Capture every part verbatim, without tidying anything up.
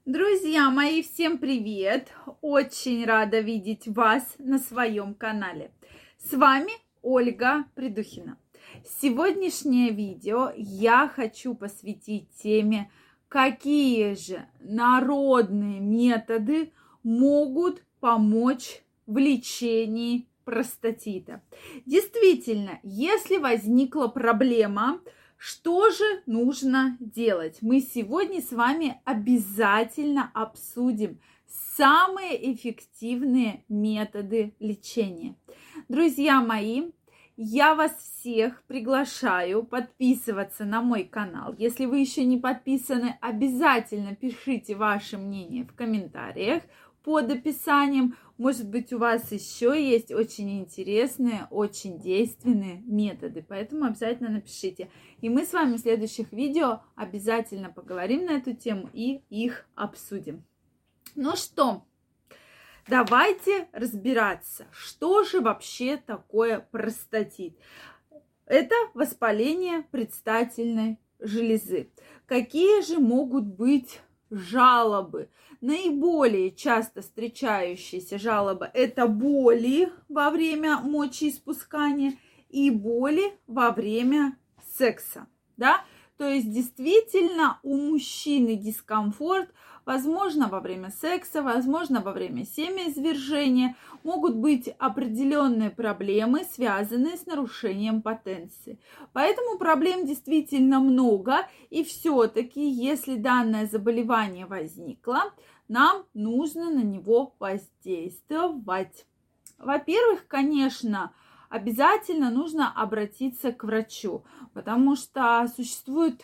Друзья мои, всем привет! Очень рада видеть вас на своем канале. С вами Ольга Придухина. Сегодняшнее видео я хочу посвятить теме, какие же народные методы могут помочь в лечении простатита. Действительно, если возникла проблема, что же нужно делать? Мы сегодня с вами обязательно обсудим самые эффективные методы лечения. Друзья мои, я вас всех приглашаю подписываться на мой канал. Если вы еще не подписаны, обязательно пишите ваше мнение в комментариях под описанием. Может быть, у вас еще есть очень интересные, очень действенные методы, поэтому обязательно напишите. И мы с вами в следующих видео обязательно поговорим на эту тему и их обсудим. Ну что, давайте разбираться, что же вообще такое простатит. Это воспаление предстательной железы. Какие же могут быть жалобы? Наиболее часто встречающиеся жалобы – это боли во время мочеиспускания и боли во время секса, да? То есть действительно у мужчины дискомфорт, возможно, во время секса, возможно, во время семяизвержения, могут быть определенные проблемы, связанные с нарушением потенции. Поэтому проблем действительно много, и все-таки, если данное заболевание возникло, нам нужно на него воздействовать. Во-первых, конечно, обязательно нужно обратиться к врачу, потому что существуют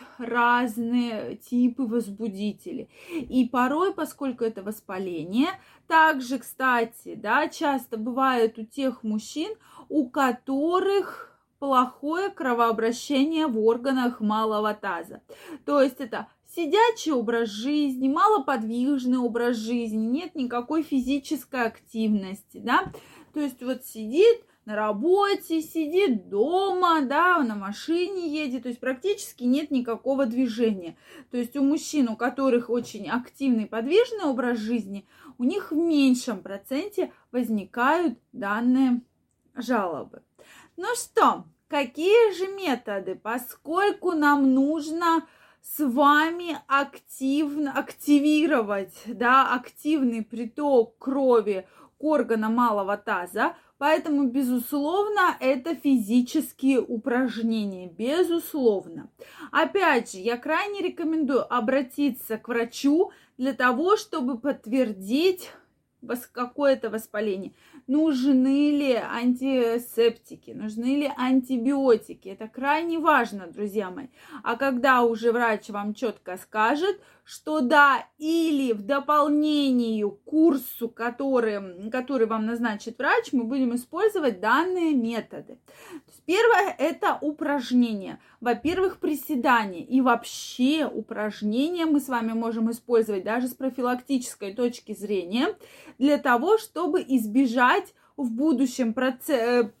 разные типы возбудителей. И порой, поскольку это воспаление, также, кстати, да, часто бывает у тех мужчин, у которых плохое кровообращение в органах малого таза. То есть это сидячий образ жизни, малоподвижный образ жизни, нет никакой физической активности, да. То есть вот сидит на работе, сидит дома, да, на машине едет, то есть практически нет никакого движения. То есть у мужчин, у которых очень активный подвижный образ жизни, у них в меньшем проценте возникают данные жалобы. Ну что, какие же методы, поскольку нам нужно с вами активно активировать, да, активный приток крови к органам малого таза, поэтому, безусловно, это физические упражнения, безусловно. Опять же, я крайне рекомендую обратиться к врачу для того, чтобы подтвердить какое-то воспаление. Нужны ли антисептики, нужны ли антибиотики. Это крайне важно, друзья мои. А когда уже врач вам четко скажет, что да, или в дополнение к курсу, который, который вам назначит врач, мы будем использовать данные методы. Первое – это упражнения. Во-первых, приседания. И вообще упражнения мы с вами можем использовать даже с профилактической точки зрения для того, чтобы избежать в будущем процесс...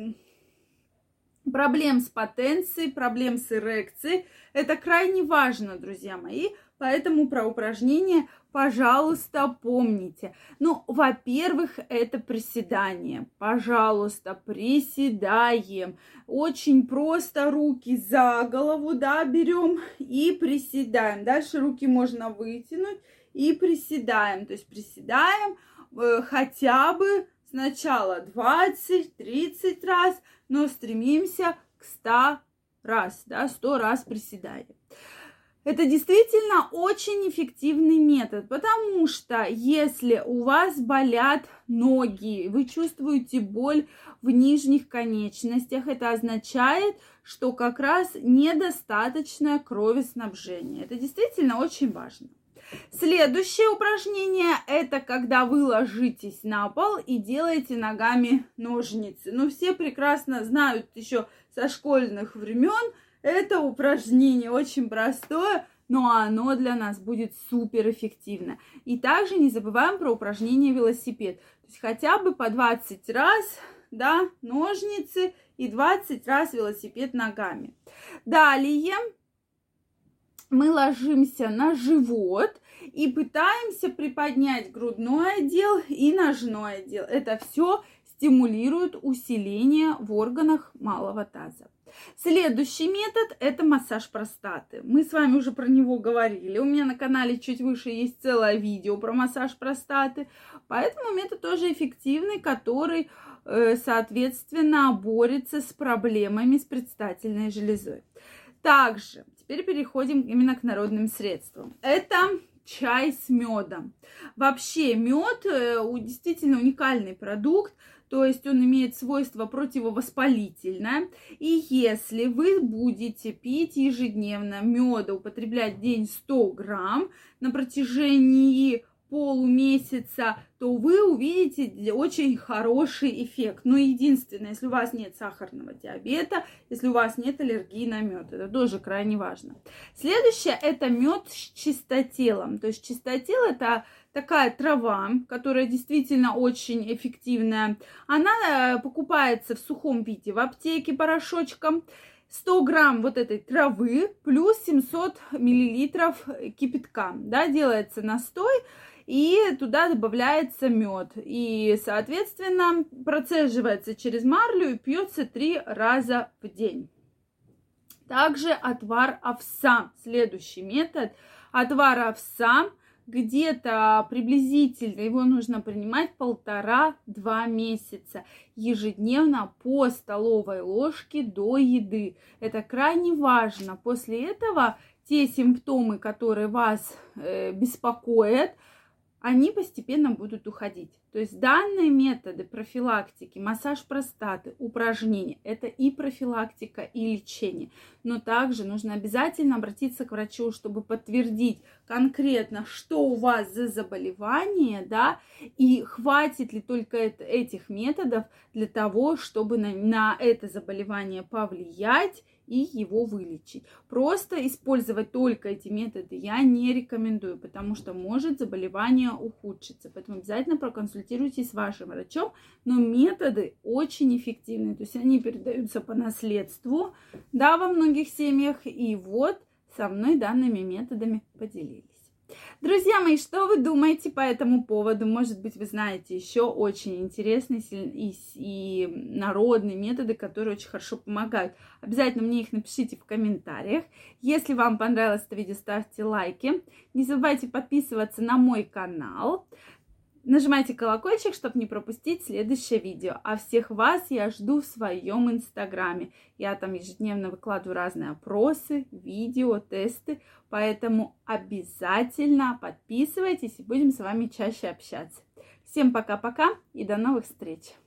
проблем с потенцией, проблем с эрекцией. Это крайне важно, друзья мои. Поэтому про упражнения, пожалуйста, помните. Ну, во-первых, это приседание. Пожалуйста, приседаем. Очень просто руки за голову, да, берем и приседаем. Дальше руки можно вытянуть и приседаем. То есть приседаем э, хотя бы сначала двадцать-тридцать раз, но стремимся к ста раз, да, сто раз приседаем. Это действительно очень эффективный метод, потому что если у вас болят ноги, вы чувствуете боль в нижних конечностях, это означает, что как раз недостаточное кровеснабжение. Это действительно очень важно. Следующее упражнение – это когда вы ложитесь на пол и делаете ногами ножницы. Ну, все прекрасно знают еще со школьных времен, это упражнение очень простое, но оно для нас будет супер эффективно. И также не забываем про упражнение велосипед. То есть хотя бы по двадцать раз, да, ножницы и двадцать раз велосипед ногами. Далее мы ложимся на живот и пытаемся приподнять грудной отдел и ножной отдел. Это все стимулирует усиление в органах малого таза. Следующий метод – это массаж простаты. Мы с вами уже про него говорили. У меня на канале чуть выше есть целое видео про массаж простаты. Поэтому метод тоже эффективный, который, соответственно, борется с проблемами с предстательной железой. Также теперь переходим именно к народным средствам. Это чай с медом. Вообще мед действительно уникальный продукт, то есть он имеет свойство противовоспалительное. И если вы будете пить ежедневно меда, употреблять в день сто грамм на протяжении полумесяца, то вы увидите очень хороший эффект. Но единственное, если у вас нет сахарного диабета, если у вас нет аллергии на мед, это тоже крайне важно. Следующее – это мед с чистотелом. То есть чистотел – это такая трава, которая действительно очень эффективная. Она покупается в сухом виде в аптеке порошочком. сто грамм вот этой травы плюс семьсот миллилитров кипятка. Да, делается настой. И туда добавляется мед. И, соответственно, процеживается через марлю и пьется три раза в день. Также отвар овса. Следующий метод. Отвар овса. Где-то приблизительно его нужно принимать полтора-два месяца. Ежедневно по столовой ложке до еды. Это крайне важно. После этого те симптомы, которые вас э, беспокоят, они постепенно будут уходить. То есть данные методы профилактики, массаж простаты, упражнения, это и профилактика, и лечение. Но также нужно обязательно обратиться к врачу, чтобы подтвердить конкретно, что у вас за заболевание, да, и хватит ли только это, этих методов для того, чтобы на, на это заболевание повлиять и его вылечить. Просто использовать только эти методы я не рекомендую, потому что может заболевание ухудшиться. Поэтому обязательно проконсультируйтесь с вашим врачом. Но методы очень эффективны, то есть они передаются по наследству, да, во многих семьях. И вот со мной данными методами поделились. Друзья мои, что вы думаете по этому поводу? Может быть, вы знаете еще очень интересные и, и народные методы, которые очень хорошо помогают. Обязательно мне их напишите в комментариях. Если вам понравилось это видео, ставьте лайки. Не забывайте подписываться на мой канал. Нажимайте колокольчик, чтобы не пропустить следующее видео. А всех вас я жду в своем инстаграме. Я там ежедневно выкладываю разные опросы, видео, тесты. Поэтому обязательно подписывайтесь и будем с вами чаще общаться. Всем пока-пока и до новых встреч!